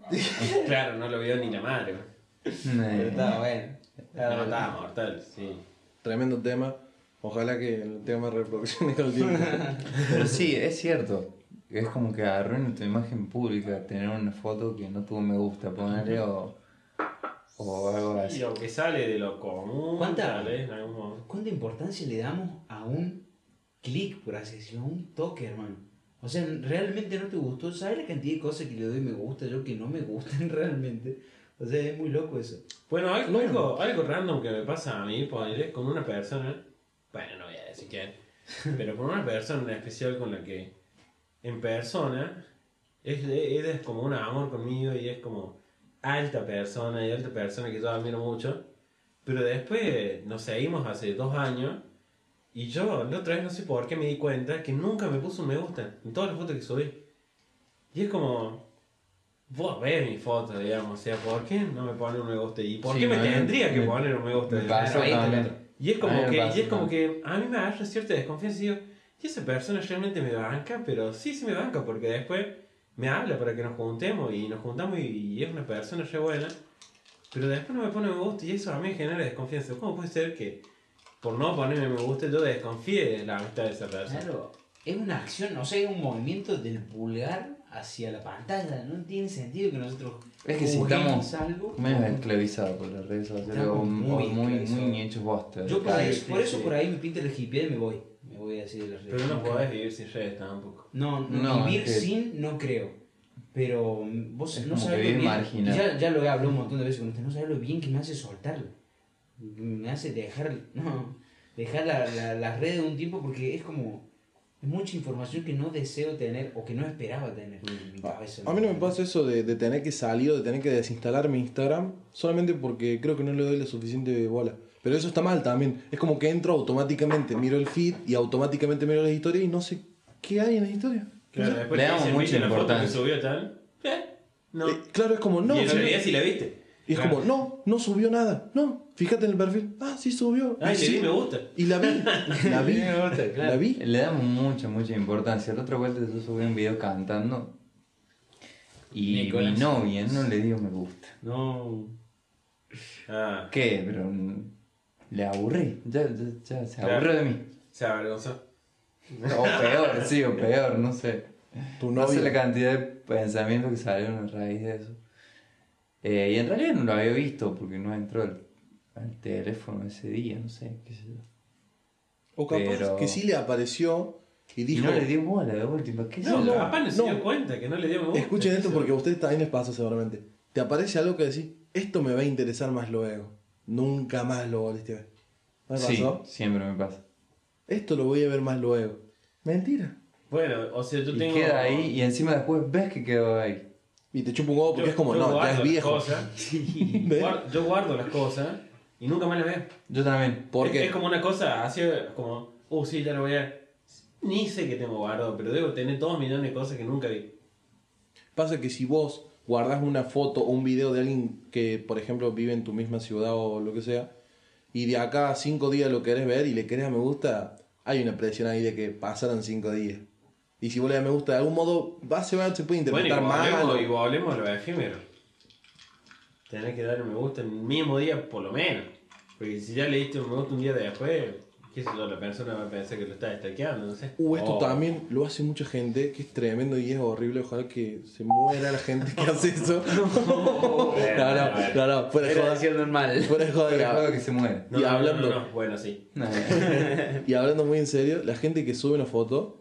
Claro, no lo vio ni la madre. Pero estaba bueno. No, estaba mortal, sí. Tremendo tema. Ojalá que el tema de reproducción con el tiempo. Pero sí, es cierto. Es como que arruina tu imagen pública tener una foto que no tuvo me gusta, ponerle o algo Y así. lo que sale de lo común, ¿Cuánta? tal vez, en algún momento. ¿Cuánta importancia le damos a un clic, por así decirlo, a un toque, hermano? O sea, realmente no te gustó. ¿Sabes la cantidad de cosas que le doy me gusta yo que no me gustan realmente? O sea, es muy loco eso. Bueno, algo random que me pasa a mí, ponerle con una persona, bueno, no voy a decir quién, pero con una persona en especial con la que en persona ella es como un amor conmigo y es como alta persona que yo admiro mucho, pero después nos seguimos hace 2 años y yo la otra vez no sé por qué me di cuenta que nunca me puso un me gusta en todas las fotos que subí. Y es como, vos ves mi foto, digamos, o sea, ¿por qué no me pone un me gusta? ¿Y por Sí, qué me me- tendría que me- poner un me gusta? Me pasó ahí te también. Y es como A mí me que, pasa y es como también. que a mí me agarra cierta desconfianza y digo, ¿y esa persona realmente me banca? Pero sí me banca, porque después me habla para que nos juntemos y nos juntamos y es una persona re buena, pero después no me pone me gusta y eso a mí me genera desconfianza. ¿Cómo puede ser que por no ponerme me gusta yo desconfíe de la amistad de esa persona? Claro, es una acción, o sea, es un movimiento del pulgar hacia la pantalla. No tiene sentido que nosotros Es que si juguemos estamos algo. medio esclavizados por las redes sociales Estamos o muy muy esclavizados. hechos bosta. Yo por, Sí, eso, sí, por eso sí. por ahí me pinta el hippie y me voy. Me voy así de las redes. Pero no podés vivir sin redes tampoco. No, No, vivir es que- sin no creo. Pero vos Es no como sabés que lo vivir bien. marginal. Ya lo he hablado un montón de veces con usted. No sabés lo bien que me hace soltarlo. Me hace dejar las redes un tiempo porque es como. Es mucha información que no deseo tener o que no esperaba tener en mi cabeza. A mí no me pasa eso de tener que salir o de tener que desinstalar mi Instagram solamente porque creo que no le doy la suficiente bola. Pero eso está mal también. Es como que entro automáticamente, miro el feed y automáticamente miro las historias y no sé qué hay en las historias. Claro, Le después te damos dicen, mucha ¿viste la foto que importancia. subió tal? No. Claro, es como, no. y en sí, realidad sí la viste. y es como, no subió nada. No, fíjate en el perfil. Ah, sí subió. Ay, Y le sí. di me gusta. Y la vi. La vi. La vi. Le damos mucha importancia. La otra vuelta yo subí un video cantando y Nicolás. mi novia no le dio me gusta. No. Ah, ¿Qué? Pero le aburrí. Ya se Claro. aburrió de mí. se avergonzó. O peor, sí, o peor, no sé. Tu No sé novia. la cantidad de pensamientos que salieron a raíz de eso. Y en realidad no lo había visto porque no entró al teléfono ese día, no sé, qué sé yo. O capaz Pero- que sí le apareció y Y dijo. no le dio bola de última, qué sé No, yo. capaz no se no. dio cuenta que no le dio me gusta. Escuchen esto Eso. porque a ustedes también les pasa seguramente. Te aparece algo que decís, esto me va a interesar más luego. Nunca más lo volviste a ver. ¿No me Sí, pasó? siempre me pasa. Esto lo voy a ver más luego. Mentira. Bueno, o sea, yo Y tengo. queda ahí y encima después ves que quedó ahí. Y te chupa un huevo porque yo- es como, yo no, ya guardo es las viejo. cosas. ¿Ves? Yo guardo las cosas y nunca más las veo. Yo también. Porque Es como una cosa así como, sí, ya lo voy a ver. Ni sé que tengo guardado, pero debo tener 2 millones de cosas que nunca vi. pasa que si vos guardás una foto o un video de alguien que, por ejemplo, vive en tu misma ciudad o lo que sea, y de acá a 5 días lo querés ver y le querés a me gusta, hay una presión ahí de que pasaron 5 días. Y si vos le das me gusta, de algún modo se puede interpretar mal. Y volvemos a lo efímero. Tenés que darle me gusta en el mismo día, por lo menos. Porque si ya le diste un me gusta un día después, qué sé yo, la persona va a pensar que lo está stalkeando, no sé. Esto O- también lo hace mucha gente, que es tremendo y es horrible. Ojalá que se muera la gente que hace eso. no, fuera de Era joda. decir normal. Fuera de joda, Pero ya. juego que se muere. No, y no, hablando- no, bueno, sí. No. Y hablando muy en serio, la gente que sube una foto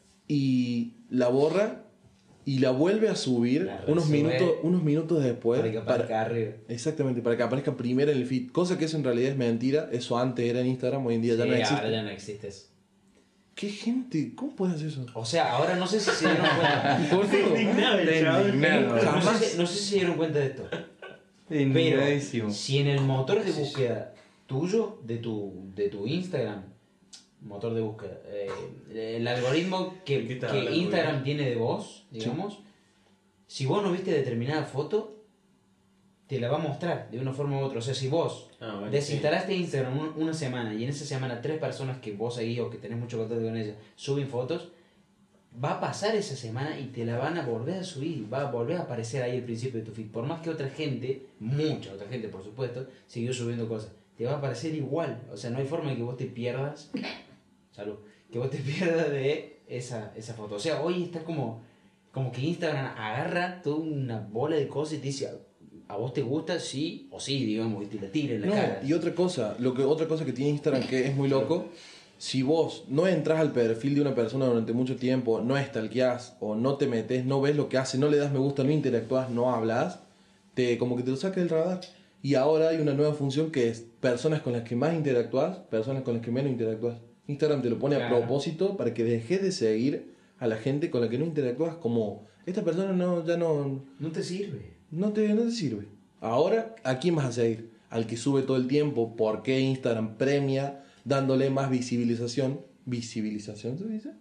y la borra y la vuelve a subir La unos resube minutos después. Para que aparezca arriba. Exactamente, para que aparezca primero en el feed. Cosa que eso en realidad es mentira. Eso antes era en Instagram, hoy en día ya no Sí, existe. ahora ya no existe eso. ¿Qué gente? ¿Cómo puede hacer eso? O sea, ahora no sé si se dieron cuenta. Boludo. Indignado. No sé si se dieron cuenta de esto. Pero Indignadísimo. si en el motor de búsqueda tuyo, de tu Instagram, motor de búsqueda, el algoritmo ¿De qué que estás hablando, Instagram güey? tiene de vos, digamos, si vos no viste determinada foto, te la va a mostrar de una forma u otra. O sea, si vos Bueno, desinstalaste Instagram una semana y en esa semana 3 personas que vos seguís o que tenés mucho contacto con ellas suben fotos, va a pasar esa semana y te la van a volver a subir, va a volver a aparecer ahí al principio de tu feed. Por más que otra gente, mucha otra gente por supuesto, siguió subiendo cosas, te va a aparecer igual. O sea, no hay forma de que vos te pierdas, salud, que vos te pierdas de esa foto. O sea, hoy está como que Instagram agarra toda una bola de cosas y te dice, ¿a vos te gusta? Sí o sí, digamos, y te la tira en la cara. Y otra cosa que tiene Instagram que es muy loco, si vos no entras al perfil de una persona durante mucho tiempo, no stalkeás o no te metes, no ves lo que hace, no le das me gusta, no interactúas, no hablas, como que te lo saca del radar. Y ahora hay una nueva función que es personas con las que más interactúas, personas con las que menos interactúas. Instagram te lo pone a propósito para que dejes de seguir a la gente con la que no interactúas, como esta persona ya no te sirve. No te sirve. Ahora, ¿a quién vas a seguir? Al que sube todo el tiempo. ¿Por qué Instagram premia dándole más visibilización? ¿Visibilización se dice?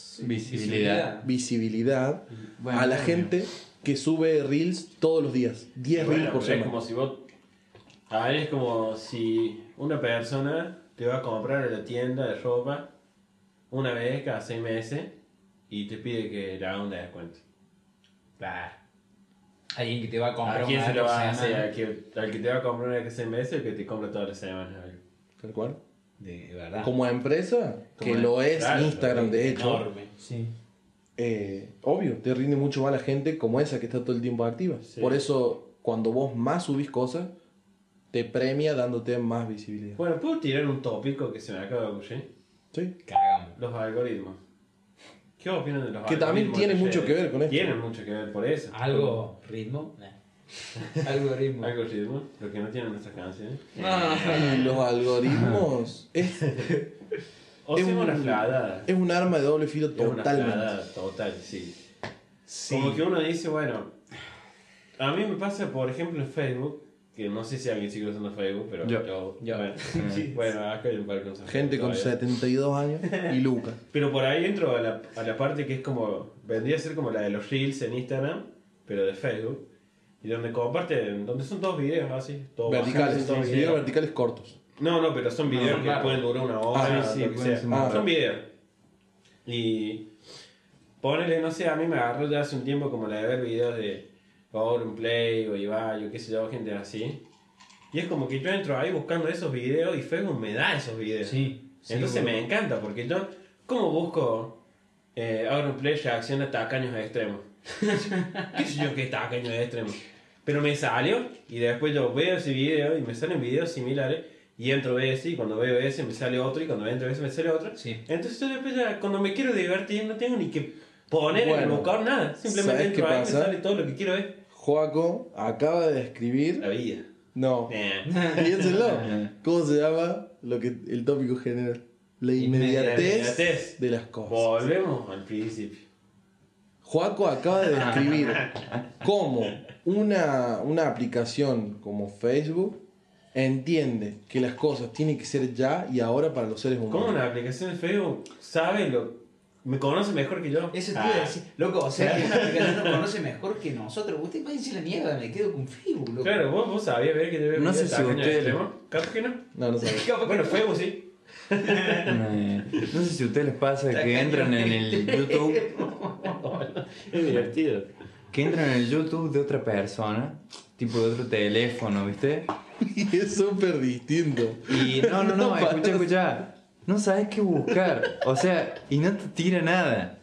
Visibilidad Bueno, a la obvio. gente que sube reels todos los días. 10 reels por Es semana. como si vos... A ver, es como si una persona te va a comprar a la tienda de ropa una vez cada 6 meses y te pide que le haga un descuento. Claro. Alguien que te va a comprar ¿A quién una se lo vez va a por hacer? semana. ¿Al que te va a comprar una vez cada 6 meses o el que te compra todas las semanas? Tal cual. De verdad. Como empresa, que Como lo es claro, Instagram de hecho, Enorme. Sí. obvio, te rinde mucho más la gente como esa que está todo el tiempo activa. Sí. Por eso, cuando vos más subís cosas, te premia dándote más visibilidad. Bueno, ¿puedo tirar un tópico que se me acaba de ocurrir? ¿Sí? Cagamos. Los algoritmos. ¿Qué opinan de los Que algoritmos? también tiene de mucho redes? que ver con esto. Tienen mucho que ver por eso. ¿Algo ritmo? Algo ritmo. Algoritmos, lo que no tienen nuestras canciones. Y los algoritmos es O Es sea, una un- fladada. una arma de doble filo Es una totalmente. fladada total, sí. Sí. Como que uno dice, bueno, a mí me pasa, por ejemplo, en Facebook, que no sé si alguien sigue usando Facebook, pero Yo. Bueno, bueno, acá hay un par con Gente con 72 años y Lucas. Pero por ahí entro a la parte que es como, vendría a ser como la de los Reels en Instagram, pero de Facebook, y donde comparten, donde son todos videos así, todos Verticales, bajados, todos videos verticales cortos. No, pero son videos que claro. pueden durar una hora, Ah, sí, lo que pueden sea. ser más Son videos. Y ponele, no sé, a mí me agarró ya hace un tiempo como la de ver videos de Auronplay o Ibai o qué sé yo, gente así. Y es como que yo entro ahí buscando esos videos y Facebook me da esos videos. Sí. Entonces me encanta porque yo, ¿cómo busco Auronplay reacción a tacaños extremos? ¿Qué sé yo qué tacaños extremos? Pero me salió y después yo veo ese video y me salen videos similares y entro ese y cuando veo ese me sale otro y cuando entro ese me sale otro. Sí. Entonces yo después ya, cuando me quiero divertir no tengo ni que poner en el Bueno, buscador nada. Simplemente ¿sabes entro qué ahí y me pasa? sale todo lo que quiero ver. Joaco acaba de describir. La vida. No, piénsenlo. ¿Cómo se llama lo que el tópico general? La inmediatez Inmediatez. de las cosas. Volvemos al principio. Joaco acaba de describir cómo una aplicación como Facebook entiende que las cosas tienen que ser ya y ahora para los seres humanos. ¿Cómo una aplicación de Facebook sabe me conoce mejor que yo? Eso te iba a decir, loco, o sea que una aplicación nos conoce mejor que nosotros. Usted va a decir la mierda, me quedo con Facebook, loco. Claro, vos sabías ver que yo No sé si usted- Capaz que no. No sé. Bueno, Facebook sí. No sé si a ustedes les pasa que entran en el YouTube, Es divertido. que entran en el YouTube de otra persona, tipo de otro teléfono, ¿viste? Y es súper distinto. Y no, escucha. No sabes qué buscar. O sea, y no te tira nada.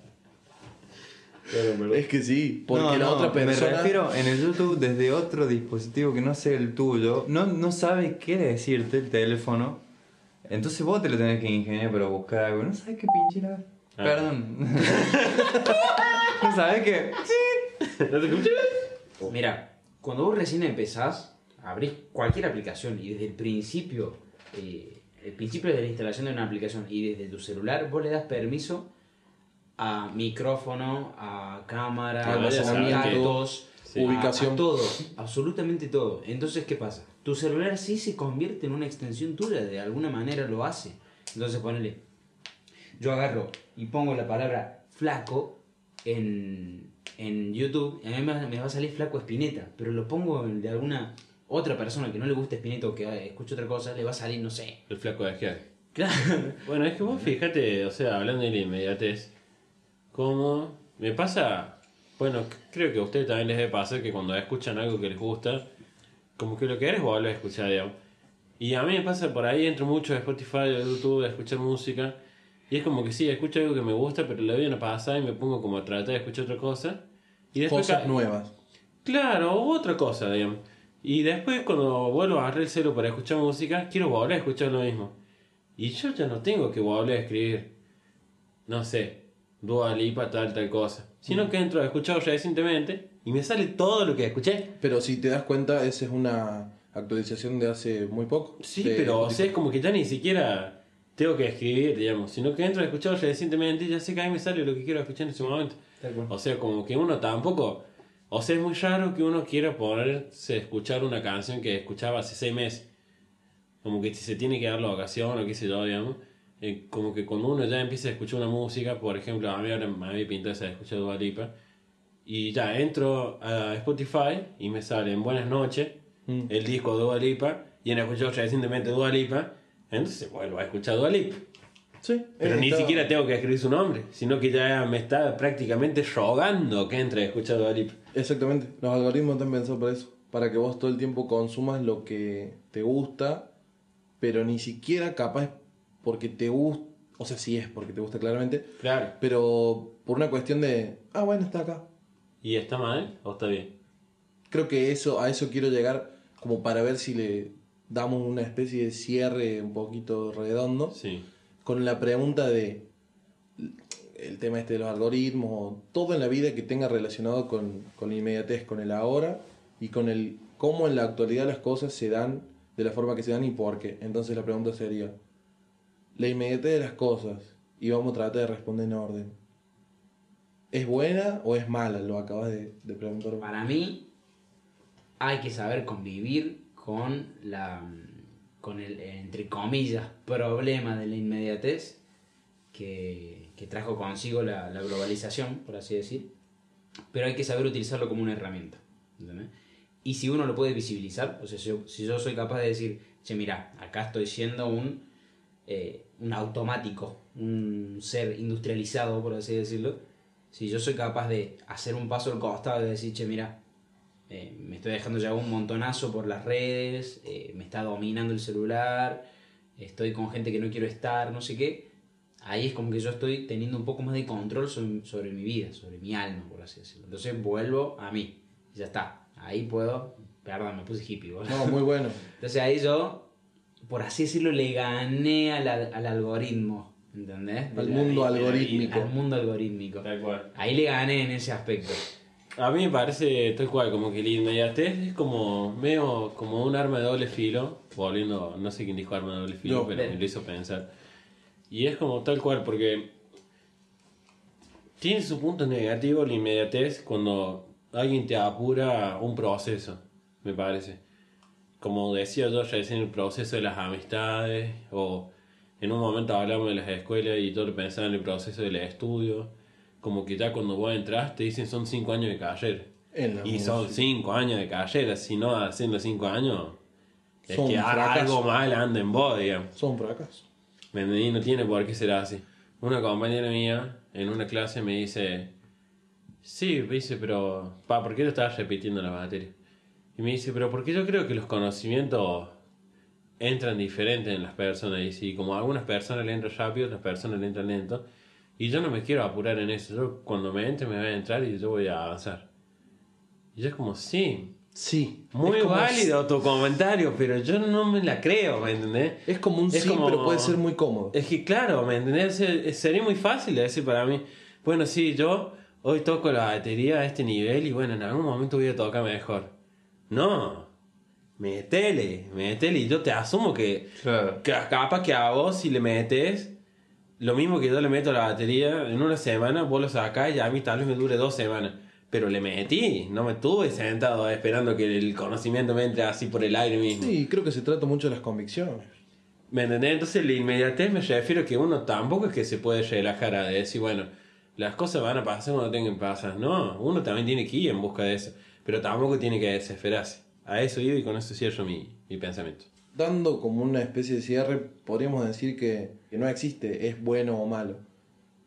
Es que sí, porque No, la otra persona. Me refiero en el YouTube desde otro dispositivo que no sea el tuyo. No sabe qué decirte el teléfono. Entonces vos te lo tenés que ingeniar para buscar algo. No sabes qué pinche era. Ah. Perdón. No sabes qué. ¿No te escuché? Mira, cuando vos recién empezás, abrís cualquier aplicación y desde el principio de la instalación de una aplicación y desde tu celular, vos le das permiso a micrófono, a cámara, Que a vaya a saber datos, Sí. Ubicación. a todo, absolutamente todo. Entonces, ¿qué pasa? Tu celular sí se convierte en una extensión tuya, de alguna manera lo hace. Entonces, ponele, yo agarro y pongo la palabra flaco en YouTube, y a mí me va a salir Flaco Espineta, pero lo pongo de alguna otra persona que no le gusta Espineta o que escuche otra cosa, le va a salir, no sé. El flaco de Esquiar. Claro. Bueno, es que vos fíjate, o sea, hablando de la inmediatez, como me pasa, bueno, creo que a ustedes también les debe pasar que cuando escuchan algo que les gusta, como que lo que querés volver a escuchar, digamos. Y a mí me pasa por ahí, entro mucho a Spotify, a YouTube, a escuchar música, y es como que sí, escucho algo que me gusta, pero le doy una pasada y me pongo como a tratar de escuchar otra cosa. Y después Cosas nuevas. Claro, u otra cosa, digamos. Y después cuando vuelvo a agarrar el celu para escuchar música, quiero volver a escuchar lo mismo. Y yo ya no tengo que volver a escribir, no sé, Dua Lipa, tal cosa. Sino que entro a escuchar recientemente y me sale todo lo que escuché. Pero si te das cuenta, esa es una actualización de hace muy poco. Sí, de pero o Spotify. sea, es como que ya ni siquiera tengo que escribir, digamos. Sino que entro a escuchar recientemente y ya sé que ahí me sale lo que quiero escuchar en ese momento. Tal cual. O sea, como que uno tampoco... O sea, es muy raro que uno quiera ponerse a escuchar una canción que escuchaba hace 6 meses. Como que si se tiene que dar la ocasión o qué sé yo, digamos. Como que cuando uno ya empieza a escuchar una música, por ejemplo, a mí ahora me había pintado esa de escuchar Dua Lipa. Y ya entro a Spotify y me sale en Buenas noches el disco de Dua Lipa. Y en escuchar recientemente Dua Lipa. Entonces vuelvo a escuchar Dua Lipa. Sí, Pero ni está- siquiera tengo que escribir su nombre, sino que ya me está prácticamente rogando que entre a escuchar Dua Lipa. Exactamente, los algoritmos están pensados para eso, para que vos todo el tiempo consumas lo que te gusta, pero ni siquiera capaz porque te gusta, o sea, sí es porque te gusta claramente, Claro. pero por una cuestión de, bueno, está acá. ¿Y está mal o está bien? Creo que a eso quiero llegar como para ver si le damos una especie de cierre un poquito redondo, Sí. con la pregunta de el tema este de los algoritmos, o todo en la vida que tenga relacionado con la inmediatez, con el ahora y con el cómo en la actualidad las cosas se dan de la forma que se dan y por qué. Entonces la pregunta sería, la inmediatez de las cosas, y vamos a tratar de responder en orden, ¿es buena o es mala? Lo acabas de preguntar. Para mí hay que saber convivir con el, entre comillas, problema de la inmediatez que trajo consigo la globalización, por así decir. Pero hay que saber utilizarlo como una herramienta, ¿entendés? Y si uno lo puede visibilizar, o sea, si yo soy capaz de decir, che, mira, acá estoy siendo un automático, un ser industrializado, por así decirlo. Si yo soy capaz de hacer un paso al costado y decir, che, mira, me estoy dejando ya un montonazo por las redes, me está dominando el celular, estoy con gente que no quiero estar, no sé qué. Ahí es como que yo estoy teniendo un poco más de control sobre mi vida, sobre mi alma, por así decirlo. Entonces vuelvo a mí, y ya está. Ahí puedo, perdón, me puse hippie, boludo. No, muy bueno. Entonces ahí yo, por así decirlo, le gané al algoritmo, ¿entendés? Al mundo algorítmico. Al mundo algorítmico. Tal cual. Ahí le gané en ese aspecto. A mí me parece tal cual, como que la inmediatez es como medio como un arma de doble filo, volviendo, no sé quién dijo arma de doble filo, Yo. pero me lo hizo pensar. Y es como tal cual, porque tiene su punto negativo la inmediatez cuando alguien te apura un proceso, me parece. Como decía yo recién, el proceso de las amistades, o en un momento hablamos de las escuelas y todo lo pensaba en el proceso del estudio. Como que ya cuando vos entras te dicen son 5 años de carrera. En la Y son música. 5 años de carrera, si no haciendo 5 años, es Son que un fracaso. algo mal anda en vos, digamos. Son fracasos. ¿Me entendí? No tiene por qué ser así. Una compañera mía en una clase me dice, sí, me dice, pero, ¿por qué te estabas repitiendo la materia? Y me dice, pero porque yo creo que los conocimientos entran diferentes en las personas. Y si como a algunas personas le entran rápido, otras personas le entran lento. Y yo no me quiero apurar en eso. Yo cuando me entre me voy a entrar y yo voy a avanzar. Y yo es como, sí, Sí. muy es como, válido tu comentario, pero yo no me la creo, ¿me entendés? Es como un Es sí, como- pero puede ser muy cómodo. Es que claro, ¿me entendés? Sería muy fácil de decir para mí, bueno, sí, yo hoy toco la batería a este nivel y bueno, en algún momento voy a tocar mejor. No, métele, y yo te asumo que, Claro. que capaz que a vos si le metes lo mismo que yo le meto a la batería en una semana, vos lo sacás y a mí tal vez me dure 2 semanas. Pero le metí, no me estuve sentado esperando que el conocimiento me entre así por el aire mismo. Sí, creo que se trata mucho de las convicciones. ¿Me entendés? Entonces la inmediatez me refiero a que uno tampoco es que se puede relajar a decir, bueno, las cosas van a pasar cuando tengan que pasar. No, uno también tiene que ir en busca de eso. Pero tampoco tiene que desesperarse. A eso iba y con eso cierro mi pensamiento. Dando como una especie de cierre, podríamos decir que no existe es bueno o malo.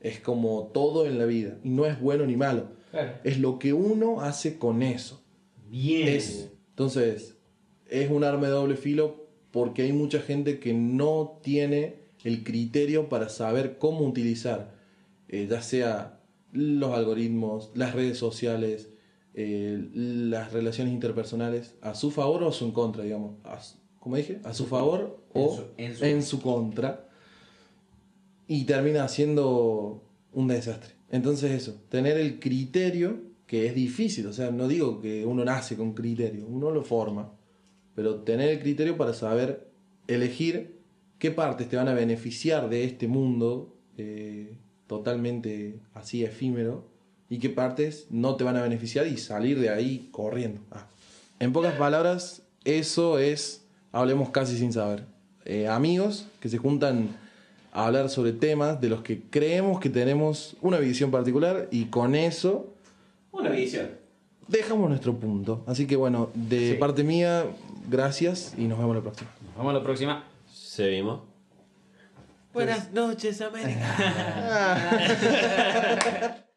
Es como todo en la vida. Y no es bueno ni malo. Claro. Es lo que uno hace con eso. Bien. Entonces, es un arma de doble filo porque hay mucha gente que no tiene el criterio para saber cómo utilizar, ya sea los algoritmos, las redes sociales, las relaciones interpersonales, a su favor o a su contra, digamos. Como dije, a su favor o en su contra. Y termina siendo un desastre. Entonces eso, tener el criterio, que es difícil, o sea, no digo que uno nace con criterio, uno lo forma, pero tener el criterio para saber elegir qué partes te van a beneficiar de este mundo totalmente así efímero y qué partes no te van a beneficiar y salir de ahí corriendo. En pocas palabras, eso es, hablemos casi sin saber. Amigos que se juntan a hablar sobre temas de los que creemos que tenemos una visión particular y con eso Una visión. dejamos nuestro punto. Así que bueno, de parte mía, gracias y nos vemos la próxima. Nos vemos la próxima. Seguimos. Buenas noches, América.